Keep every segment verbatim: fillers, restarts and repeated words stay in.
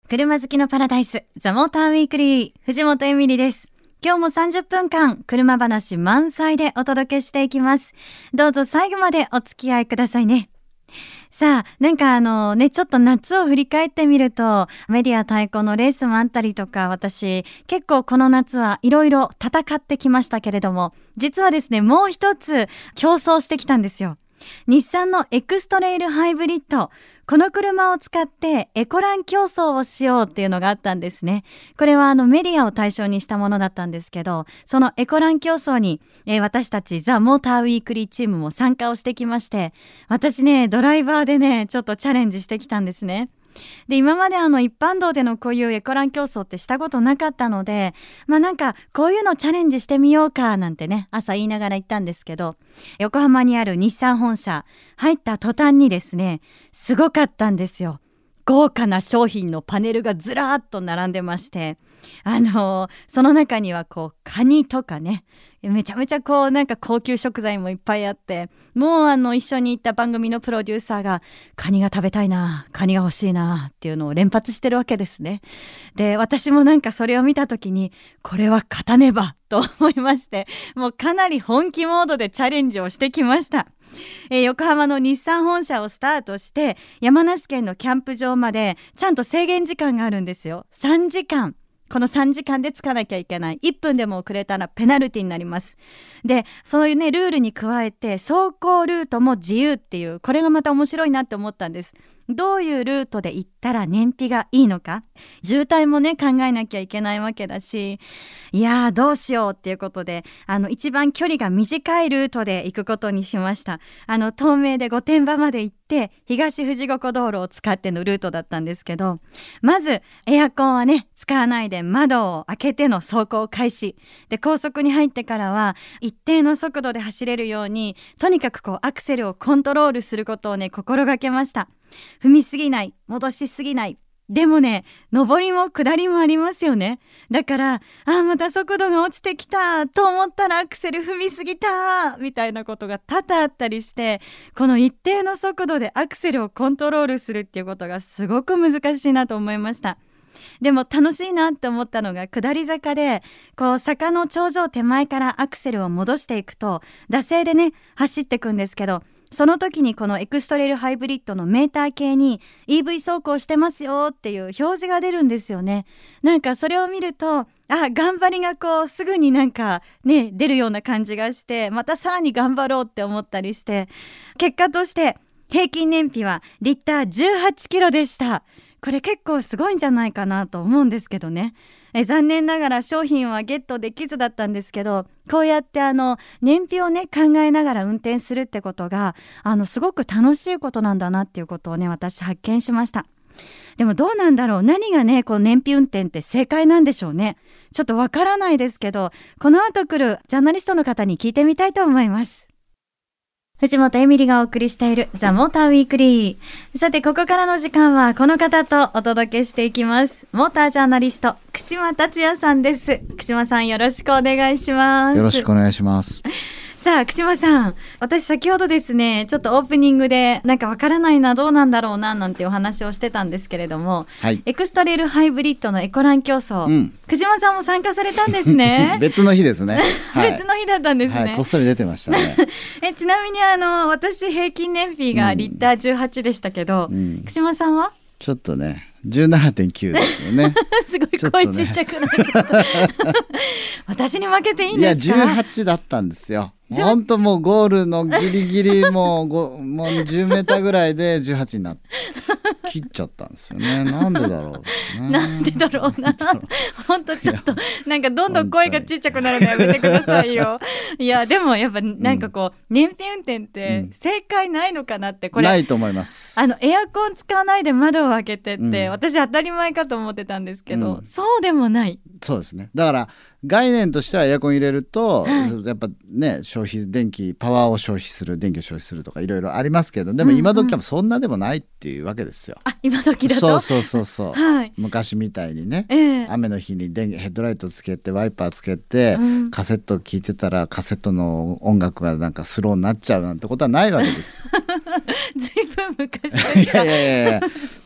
車好きのパラダイス、ザ・モーターウィークリー、藤本エミリです。今日もさんじゅっぷんかん車話満載でお届けしていきます。どうぞ最後までお付き合いくださいね。さあ、なんかあのね、ちょっと夏を振り返ってみると、メディア対抗のレースもあったりとか、私結構この夏はいろいろ戦ってきましたけれども、実はですね、もう一つ競争してきたんですよ。日産のエクストレイルハイブリッド、この車を使ってエコラン競争をしようっていうのがあったんですね。これはあのメディアを対象にしたものだったんですけど、そのエコラン競争に、えー、私たちザ・モーターウィークリーチームも参加をしてきまして、私ねドライバーでねちょっとチャレンジしてきたんですね。で、今まであの一般道でのこういうエコラン競争ってしたことなかったので、まあなんかこういうのチャレンジしてみようかなんてね、朝言いながら行ったんですけど、横浜にある日産本社入った途端にですね、すごかったんですよ。豪華な商品のパネルがずらーっと並んでまして、あのー、その中にはこうカニとかね、めちゃめちゃこうなんか高級食材もいっぱいあって、もうあの一緒に行った番組のプロデューサーがカニが食べたいな、カニが欲しいなっていうのを連発してるわけですね。で、私もなんかそれを見た時に、これは勝たねばと思いまして、もうかなり本気モードでチャレンジをしてきました。えー、横浜の日産本社をスタートして山梨県のキャンプ場までちゃんと制限時間があるんですよ。さんじかん、このさんじかんで着かなきゃいけない。いっぷんでも遅れたらペナルティになります。で、そういうねルールに加えて走行ルートも自由っていう、これがまた面白いなって思ったんです。どういうルートで行ったら燃費がいいのか、渋滞もね考えなきゃいけないわけだし、いやーどうしようっていうことで、あの一番距離が短いルートで行くことにしました。あの東名で御殿場まで行って東富士五湖道路を使ってのルートだったんですけど、まずエアコンはね使わないで窓を開けての走行開始で、高速に入ってからは一定の速度で走れるように、とにかくこうアクセルをコントロールすることをね心がけました。踏みすぎない、戻しすぎない。でもね、上りも下りもありますよね。だから、あーまた速度が落ちてきたと思ったらアクセル踏みすぎたみたいなことが多々あったりして、この一定の速度でアクセルをコントロールするっていうことがすごく難しいなと思いました。でも楽しいなって思ったのが、下り坂でこう坂の頂上手前からアクセルを戻していくと惰性でね走っていくんですけど、その時にこのエクストレイルハイブリッドのメーター系に イーブイ 走行してますよっていう表示が出るんですよね。なんかそれを見ると、あ、頑張りがこうすぐになんかね出るような感じがして、またさらに頑張ろうって思ったりして、結果として平均燃費はリッターじゅうはちキロでした。これ結構すごいんじゃないかなと思うんですけどね。え残念ながら商品はゲットできずだったんですけど、こうやってあの燃費をね考えながら運転するってことがあのすごく楽しいことなんだなっていうことをね私発見しました。でもどうなんだろう、何がねこう燃費運転って正解なんでしょうね。ちょっとわからないですけど、この後来るジャーナリストの方に聞いてみたいと思います。藤本エミリがお送りしているザ・モーターウィークリー。さてここからの時間はこの方とお届けしていきます。モータージャーナリスト串間達也さんです。串間さん、よろしくお願いします。 よろしくお願いします。 さあ串間さん、私先ほどですねちょっとオープニングでなんかわからないな、どうなんだろうななんてお話をしてたんですけれども、はい、エクストレイルハイブリッドのエコラン競争、うん、串間さんも参加されたんですね。 別の日ですね、 はい、別の日だったんですね、 はい、こっそり出てましたね。 えちなみにあの私平均燃費がリッターじゅうはちでしたけど、うん、串間さんはちょっとね じゅうななてんきゅう ですよね。 すごい声ちっちゃくなっちゃった。私に負けていいんですか。 いやじゅうはちだったんですよ。本当もうゴールのギリギリもうごもうじゅうメーターぐらいでじゅうはちになって切っちゃったんですよね。なんでだろう、ね、 なんでだろうな。本当ちょっとなんかどんどん声がちっちゃくなるのやめてくださいよ。いやでもやっぱなんかこう、うん、燃費運転って正解ないのかなって。これないと思います。 あのエアコン使わないで窓を開けてって、うん、私当たり前かと思ってたんですけど、うん、そうでもない。 そうですね。だから概念としてはエアコン入れると、はい、やっぱね消費電気パワーを消費する、電気を消費するとかいろいろありますけど、でも今時はそんなでもないっていうわけですよ、 うんうん、あ今時だとそうそうそうそう、はい、昔みたいにね、 えー、 雨の日に電ヘッドライトつけてワイパーつけて、うん、カセット聞いてたらカセットの音楽がなんかスローになっちゃうなんてことはないわけですよ。 ずいぶん昔ですか。 いやいやいや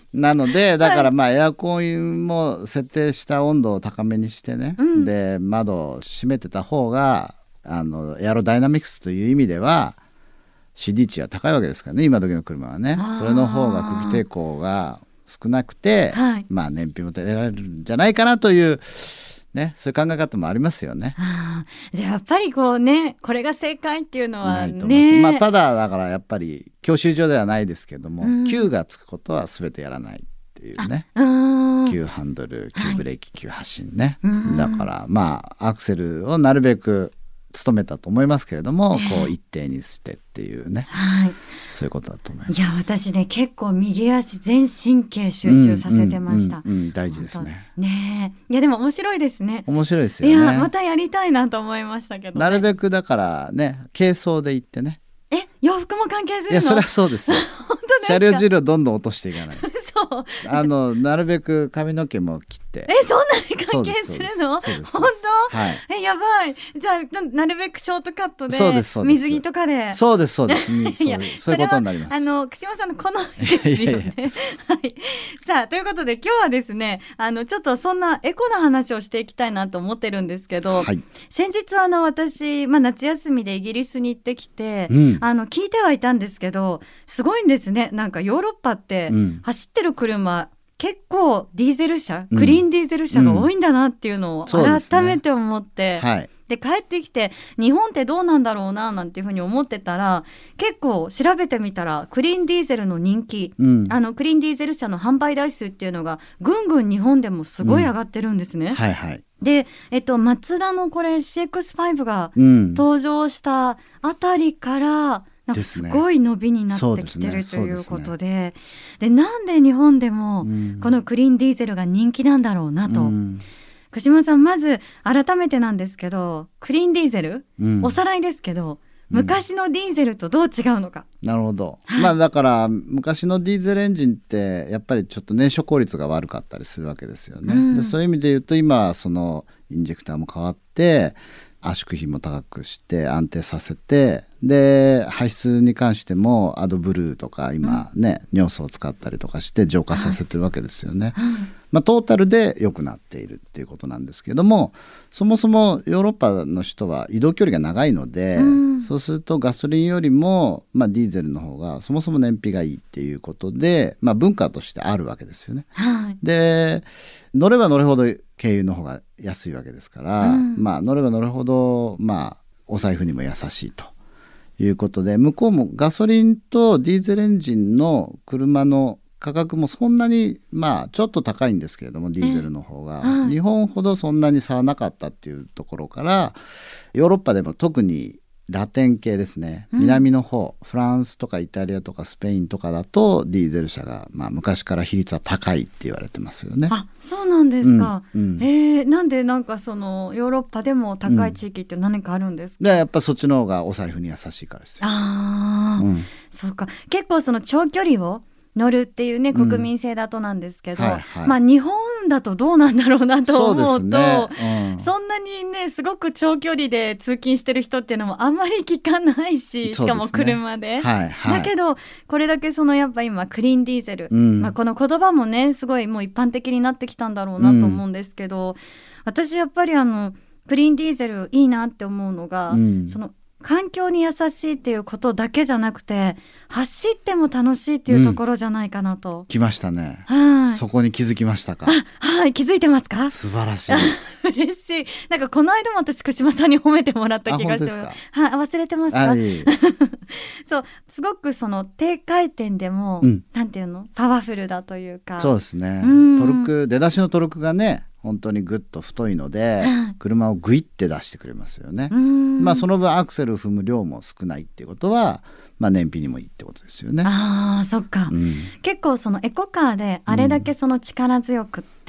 なのでだからまあエアコンも設定した温度を高めにしてね、うん、で窓を閉めてた方があのエアロダイナミクスという意味では シーディー 値は高いわけですからね、今時の車はね。それの方が空気抵抗が少なくて、はい、まあ燃費も得られるんじゃないかなというね、そういう考え方もありますよね。 あ、じゃあやっぱりこうね、これが正解っていうのはないと思います。 ね、 まあ、ただだからやっぱり教習所ではないですけども、うん、Q がつくことは全てやらないっていうね。Q ハンドル、Q ブレーキ、はい、Q 発進ね。だからまあアクセルをなるべく努めたと思いますけれども、えー、こう一定にしてっていうね、はい、そういうことだと思います。 いや私ね結構右足全神経集中させてました。 うんうんうんうん、大事ですね。 ねえ、いやでも面白いですね。 面白いですよね。 いやまたやりたいなと思いましたけど、ね、 なるべくだからね軽装で行ってね。 え、洋服も関係するの？ いやそれはそうですよ。 本当ですか？ 車両重量をどんどん落としていかない。 そうあのなるべく髪の毛も切って。 え、そんなに関係するの？本当？ はい、 え、やばい。じゃあ な, なるべくショートカットで水着とかで。 そうですそうですいやそういうことになります。 あの串間さんの好みですよね。はい。さあということで今日はですね、あのちょっとそんなエコな話をしていきたいなと思ってるんですけど、はい、先日あの私、まあ、夏休みでイギリスに行ってきて、うん、あの聞いてはいたんですけどすごいんですね。なんかヨーロッパって走ってる車、うん、結構ディーゼル車、クリーンディーゼル車が多いんだなっていうのを改めて思って、うんうん、で, で帰ってきて日本ってどうなんだろうななんていうふうに思ってたら結構調べてみたらクリーンディーゼルの人気、うん、あのクリーンディーゼル車の販売台数っていうのがぐんぐん日本でもすごい上がってるんですね、うん、はいはい。で、えっと、マツダのこれ シーエックスファイブ が登場したあたりから、うんなんかすごい伸びになってきてる、ね、ということで、ね、でなんで日本でもこのクリーンディーゼルが人気なんだろうなと、うん、串間さんまず改めてなんですけどクリーンディーゼル、うん、おさらいですけど昔のディーゼルとどう違うのか、 うん、なるほど、はい、まあだから昔のディーゼルエンジンってやっぱりちょっと燃焼効率が悪かったりするわけですよね、うん、でそういう意味で言うと今そのインジェクターも変わって圧縮比も高くして安定させてで排出に関してもアドブルーとか今ね、うん、尿素を使ったりとかして浄化させてるわけですよね、はいまあ、トータルで良くなっているっていうことなんですけどもそもそもヨーロッパの人は移動距離が長いので、うん、そうするとガソリンよりも、まあ、ディーゼルの方がそもそも燃費がいいっていうことで、まあ、文化としてあるわけですよね、はい、で乗れば乗るほど軽油の方が安いわけですから、うんまあ、乗れば乗るほど、まあ、お財布にも優しいということで向こうもガソリンとディーゼルエンジンの車の価格もそんなにまあちょっと高いんですけれどもディーゼルの方が、はい、日本ほどそんなに差はなかったっていうところからヨーロッパでも特にラテン系ですね、うん、南の方フランスとかイタリアとかスペインとかだとディーゼル車が、まあ、昔から比率は高いって言われてますよね。 あ、そうなんですか、うんうん、えー、なんでなんかそのヨーロッパでも高い地域って何かあるんですか？ うん、でやっぱそっちの方がお財布に優しいからですよ。 あ、うん、そうか。結構その長距離を乗るっていうね国民性だとなんですけど、うんはいはい、まあ日本だとどうなんだろうなと思うとそうですね、うん、そんなにねすごく長距離で通勤してる人っていうのもあんまり聞かないし、しかも車で、はいはい、だけどこれだけそのやっぱ今クリーンディーゼル、うんまあ、この言葉もねすごいもう一般的になってきたんだろうなと思うんですけど、うん、私やっぱりあのクリーンディーゼルいいなって思うのが、うん、その環境に優しいっていうことだけじゃなくて走っても楽しいっていうところじゃないかなと、 うん、来ましたね。はい、そこに気づきましたか？ あ、はい、気づいてますか？ 素晴らしい嬉しい。なんかこの間も私串間さんに褒めてもらった気がします。はい、忘れてますか？そうすごくその低回転でも、うん、なんていうのパワフルだというかそうですね、うん、トルク出だしのトルクがね本当にぐっと太いので車をグイって出してくれますよね。まあその分アクセル踏む量も少ないっていうことは、まあ、燃費にもいいってことですよね。 あーそっか、うん、結構そのエコカーであれだけその力強くって、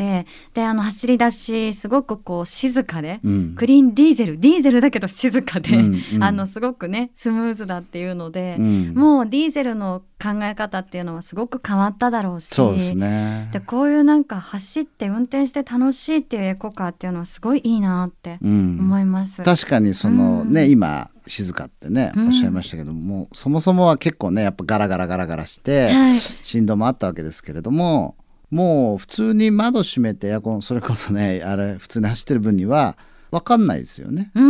て、であの走り出しすごくこう静かで、 うん、 クリーンディーゼルディーゼルだけど静かで、 うんうん、 あのすごくねスムーズだっていうので、 うん、 もうディーゼルの考え方っていうのはすごく変わっただろうし、 そうですね。 でこういうなんか走って運転して楽しいっていうエコカーっていうのはすごいいいなって思います、 うん、確かにその、ね、うん、今静かってねおっしゃいましたけども、うん、そもそもは結構ねやっぱガラガラガラガラして、はい、振動もあったわけですけれども、もう普通に窓閉めてエアコンそれこそねあれ普通に走ってる分には分かんないですよね。 うん、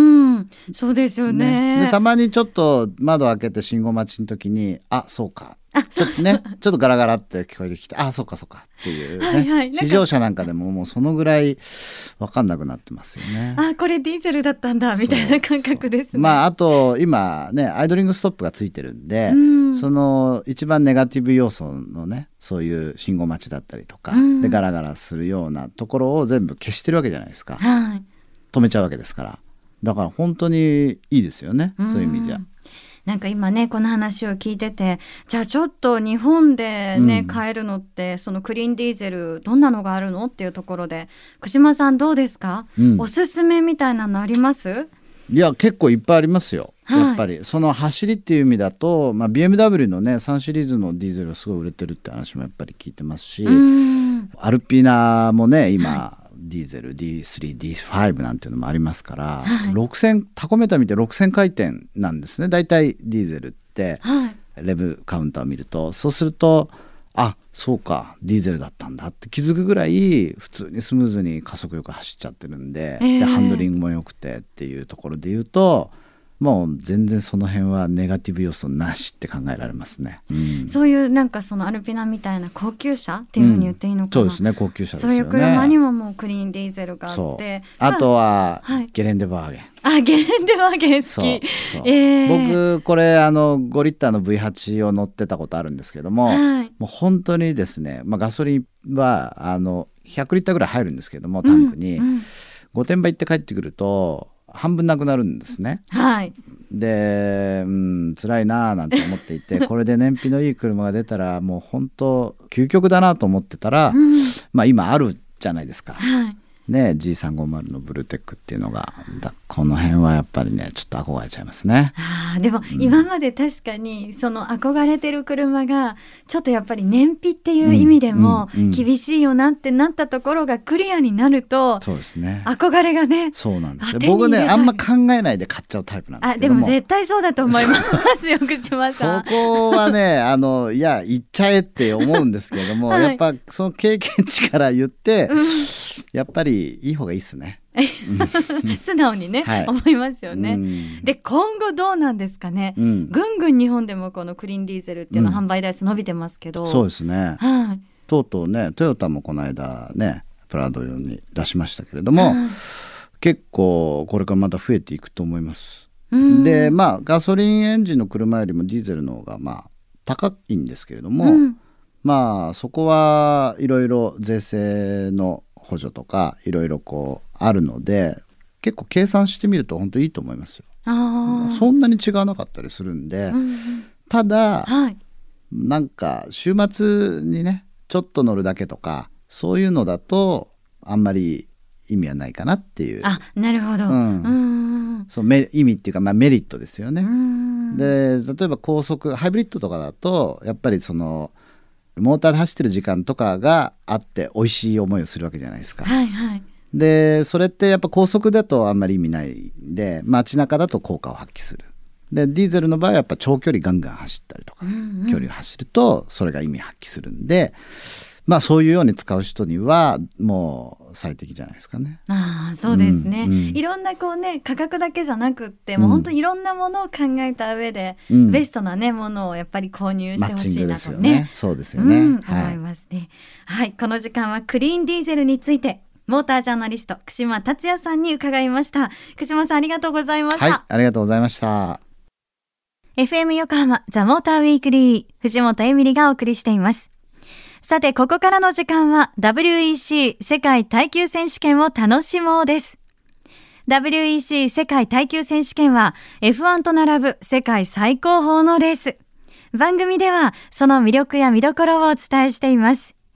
そうですよ ね, ねでたまにちょっと窓開けて信号待ちの時にあそうかあちょっとねちょっとガラガラって聞こえてきてあそうかそうかっていうね、はいはい、試乗車なんかでももうそのぐらい分かんなくなってますよね。 あこれディーゼルだったんだみたいな感覚ですね。 まああと今ねアイドリングストップがついてるんで、うん、その一番ネガティブ要素のねそういう信号待ちだったりとか、うん、でガラガラするようなところを全部消してるわけじゃないですか、はい、止めちゃうわけですから、だから本当にいいですよね、うん、そういう意味じゃ。 なんか今ねこの話を聞いてて、じゃあちょっと日本でね、うん、買えるのってそのクリーンディーゼルどんなのがあるのっていうところで、串間さんどうですか、うん、おすすめみたいなのあります？ いや結構いっぱいありますよ、はい、やっぱりその走りっていう意味だと、まあ、ビーエムダブリュー のねさんシリーズのディーゼルがすごい売れてるって話もやっぱり聞いてますし、アルピナもね今、はい、ディーゼル ディースリー、ディーファイブ なんていうのもありますから、はい、ろくせんタコメーター見てろくせん回転なんですねだいたいディーゼルって、はい、レブカウンターを見ると、そうするとあそうかディーゼルだったんだって気づくぐらい普通にスムーズに加速力走っちゃってるんで、えー、でハンドリングも良くてっていうところで言うともう全然その辺はネガティブ要素なしって考えられますね、うん、 そういうなんかそのアルピナみたいな高級車っていうふうに言っていいのかな、 うん、そうですね高級車ですよね。 そういう車にももうクリーンディーゼルがあって、 あとはゲレンデバーゲン、 はい、あゲレンデバーゲン好き。そうそう、えー、僕これあのごリッターの ブイはち を乗ってたことあるんですけども、はい、もう本当にですね、まあ、ガソリンはあのひゃくリッターぐらい入るんですけどもタンクに、うんうん、御殿場行って帰ってくると半分なくなるんですね、はい、で、うん、辛いななんて思っていてこれで燃費のいい車が出たらもう本当究極だなと思ってたら、うん、まあ今あるじゃないですか、はいね、ジーさんごじゅう のブルーテックっていうのがだこの辺はやっぱりねちょっと憧れちゃいますね。 あでも今まで確かにその憧れてる車がちょっとやっぱり燃費っていう意味でも厳しいよなってなったところがクリアになると、うんうん、 そうですね憧れがねそうなんですよ。僕ねあんま考えないで買っちゃうタイプなんですけども、 あでも絶対そうだと思いますよ口間さん。そこはねあのいや言っちゃえって思うんですけれども、はい、やっぱその経験値から言って、うん、やっぱりいい方がいいっすね素直にね、はい、思いますよね、うん、で今後どうなんですかね、うん、ぐんぐん日本でもこのクリーンディーゼルっていうの販売台数伸びてますけど、 うん、そうですね、はい、とうとうねトヨタもこの間ねプラド用に出しましたけれども、はい、結構これからまた増えていくと思います。でまあガソリンエンジンの車よりもディーゼルの方がまあ高いんですけれども、うん、まあそこはいろいろ税制の補助とかいろいろこうあるので結構計算してみると本当にいいと思いますよ。あそんなに違わなかったりするんで、うんうん、ただ、はい、なんか週末にねちょっと乗るだけとかそういうのだとあんまり意味はないかなっていう。 あなるほど、うんうん、 そうめ意味っていうか、まあ、メリットですよね。で例えば高速ハイブリッドとかだとやっぱりそのモーターで走ってる時間とかがあって美味しい思いをするわけじゃないですか、はいはい、でそれってやっぱ高速だとあんまり意味ないんで街中だと効果を発揮する。でディーゼルの場合はやっぱ長距離ガンガン走ったりとか、うんうん、距離を走るとそれが意味発揮するんでまあそういうように使う人にはもう最適じゃないですかね。 あそうですね、うんうん、いろんなこうね価格だけじゃなくってもう本当にいろんなものを考えた上で、うん、ベストなねものをやっぱり購入してほしいなと ね, ねそうですよね、うんはい、思いますね。はい、この時間はクリーンディーゼルについてモータージャーナリスト串間達也さんに伺いました。串間さんありがとうございました。 はいありがとうございました。 エフエム 横浜ザ・モーターウィークリー藤本エミリがお送りしています。さてここからの時間は ダブリューイーシー 世界耐久選手権を楽しもうです。 ダブリューイーシー 世界耐久選手権は エフワン と並ぶ世界最高峰のレース。番組ではその魅力や見どころをお伝えしています。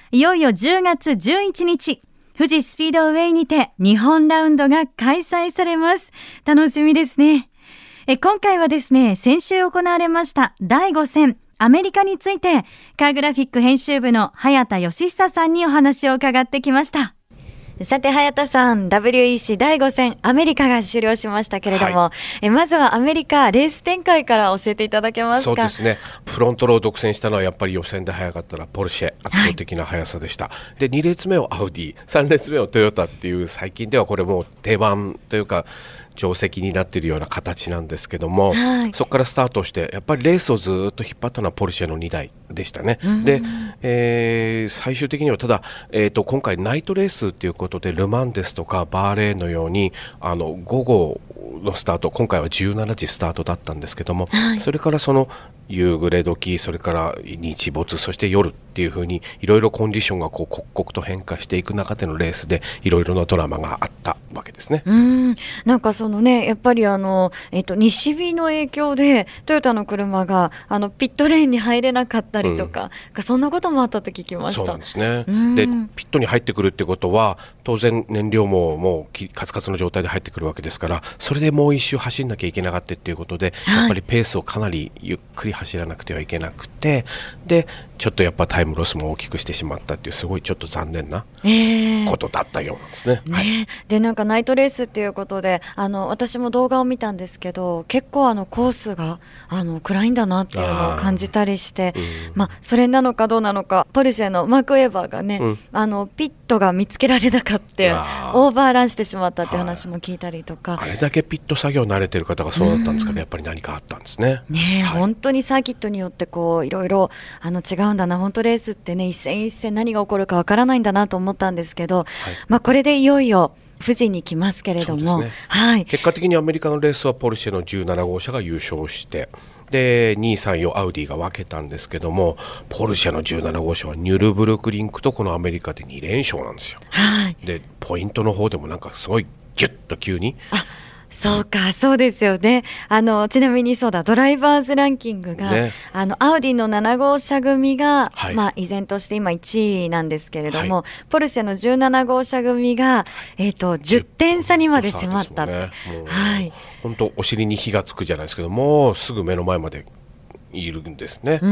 いよいよじゅうがつじゅういちにち、富士スピードウェイにて日本ラウンドが開催されます。楽しみですね。え今回はですね、先週行われましただいご戦アメリカについて、カーグラフィック編集部の早田義久さんにお話を伺ってきました。さて早田さん、 ダブリューイーシー だいご戦アメリカが終了しましたけれども、はい、えまずはアメリカレース展開から教えていただけますか。 そうですね、フロントローを独占したのはやっぱり予選で速かったらポルシェ、圧倒的な速さでした、はい、でに列目をアウディ、さん列目をトヨタっていう、最近ではこれもう定番というか定石になっているような形なんですけども、はい、そこからスタートしてやっぱりレースをずっと引っ張ったのはポルシェのにだいでしたね。で、えー、最終的にはただ、えーと、今回ナイトレースということでルマンですとかバーレーンのようにあの午後のスタート、今回はじゅうしちじスタートだったんですけども、はい、それからその夕暮れ時、それから日没、そして夜っていう風にいろいろコンディションがこう刻々と変化していく中でのレースでいろいろなドラマがあったわけですね。 うーん、なんかそのね、やっぱりあの、えっと、西日の影響でトヨタの車があのピットレーンに入れなかったりとか、うん、そんなこともあったと聞きました。 そうなんですね。でピットに入ってくるってことは当然燃料ももうカツカツの状態で入ってくるわけですから、それでもう一周走んなきゃいけなかったっていうことで、はい、やっぱりペースをかなりゆっくり走らなくてはいけなくて、でちょっとやっぱタイムロスも大きくしてしまったっていう、すごいちょっと残念なことだったようなんですね。 えーはい、ねでなんかナイトレースっていうことで、あの私も動画を見たんですけど、結構あのコースがあの暗いんだなっていうのを感じたりして、まあ、それなのかどうなのか、ポルシェのマーク・ウェーバーがね、うん、あのピットが見つけられなかったオーバーランしてしまったっていう話も聞いたりとか、 あれだけピット作業慣れてる方がそうだったんですから、うん、やっぱり何かあったんですね。 ね、 はい、 本当にサーキットによってこういろいろあの違うんだな、本当レースってね、一戦一戦何が起こるかわからないんだなと思ったんですけど、はい、まあ、これでいよいよ富士に来ますけれども、ね、はい、 結果的にアメリカのレースはポルシェのじゅうななごうしゃが優勝して、でにいさんいをアウディが分けたんですけども、ポルシェのじゅうななごうしゃはニュルブルクリンクとこのアメリカでにれんしょうなんですよ。はい、でポイントの方でもなんかすごいギュッと急に、あ、 そうか、そうですよね。あのちなみにそうだ、ドライバーズランキングが、ね、あのアウディのななごうしゃ組が、はい、まあ、依然として今いちいなんですけれども、はい、ポルシェのじゅうななごうしゃ組が、えー、とじゅってんさにまで迫ったって、ね、はい、 本当お尻に火がつくじゃないですけども、すぐ目の前までいるんですね。うん、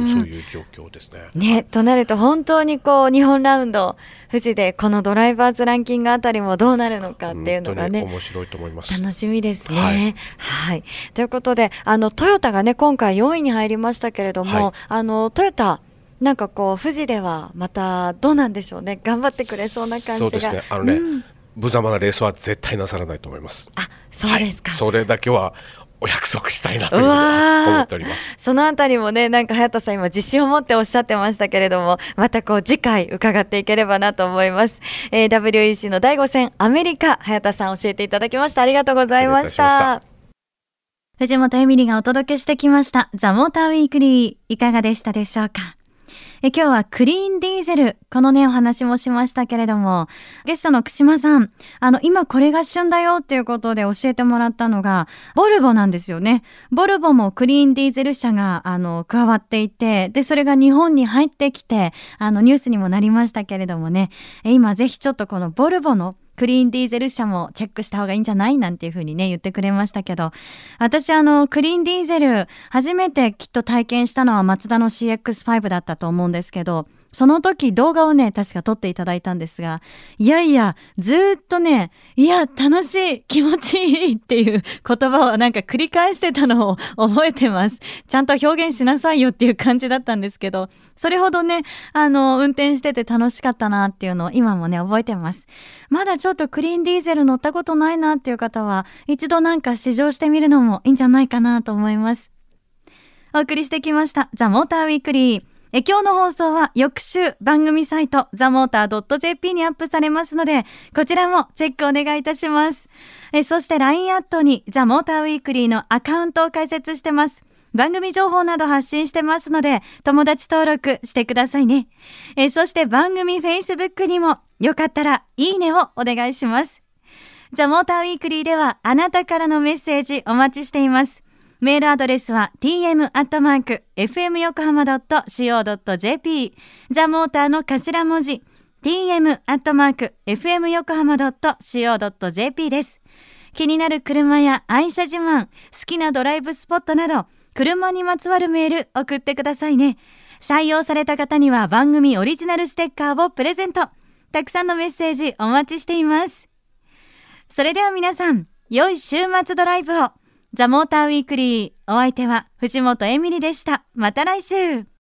そういう状況ですね。 ね、はい、となると本当にこう日本ラウンド富士でこのドライバーズランキングあたりもどうなるのかっていうのがね、 面白いと思います。 楽しみですね。はい、はい、ということで、あのトヨタがね今回よんいに入りましたけれども、はい、あのトヨタなんかこう富士ではまたどうなんでしょうね、頑張ってくれそうな感じが。 そうですね、あのね、うん、無様なレースは絶対なさらないと思います。 あ、そうですか。 はい、それだけはお約束したいなというふうに思っております。 そのあたりもね、なんか早田さん今自信を持っておっしゃってましたけれども、またこう次回伺っていければなと思います。えー、ダブリューイーシー のだいご戦アメリカ、早田さん教えていただきました。ありがとうございました。藤本エミリがお届けしてきましたザ・モーターウィークリー、いかがでしたでしょうか。え今日はクリーンディーゼル、このねお話もしましたけれども、ゲストの串間さん、あの今これが旬だよっていうことで教えてもらったのがボルボなんですよね。ボルボもクリーンディーゼル車があの加わっていて、でそれが日本に入ってきて、あのニュースにもなりましたけれどもね、え今ぜひちょっとこのボルボのクリーンディーゼル車もチェックした方がいいんじゃないなんていう風にね言ってくれましたけど、私あのクリーンディーゼル初めてきっと体験したのはマツダの シーエックスファイブ だったと思うんですけど、その時動画をね確か撮っていただいたんですが、いやいやずーっとね、いや楽しい気持ちいいっていう言葉をなんか繰り返してたのを覚えてます。ちゃんと表現しなさいよっていう感じだったんですけど、それほどねあの運転してて楽しかったなっていうのを今もね覚えてます。まだちょっとクリーンディーゼル乗ったことないなっていう方は一度なんか試乗してみるのもいいんじゃないかなと思います。お送りしてきましたザ・モーターウィークリー。え今日の放送は翌週番組サイト ザモーター ドット ジェーピー にアップされますので、こちらもチェックお願いいたします。えそして ライン アットにザモーターウィークリーのアカウントを開設してます。番組情報など発信してますので友達登録してくださいね。えそして番組 Facebook にもよかったらいいねをお願いします。ザ・モーターウィークリーではあなたからのメッセージお待ちしています。 メールアドレスは ティーエム アットマーク エフエム 横浜 ドット シーオー ドット ジェーピー ザ・モーターの頭文字 ティーエム アットマーク エフエム 横浜 ドット シーオー ドット ジェーピー です。気になる車や愛車自慢、好きなドライブスポットなど車にまつわるメール送ってくださいね。採用された方には番組オリジナルステッカーをプレゼント。たくさんのメッセージお待ちしています。それでは皆さん、良い週末ドライブを。ザ・モーターウィークリー、お相手は藤本エミリでした。また来週。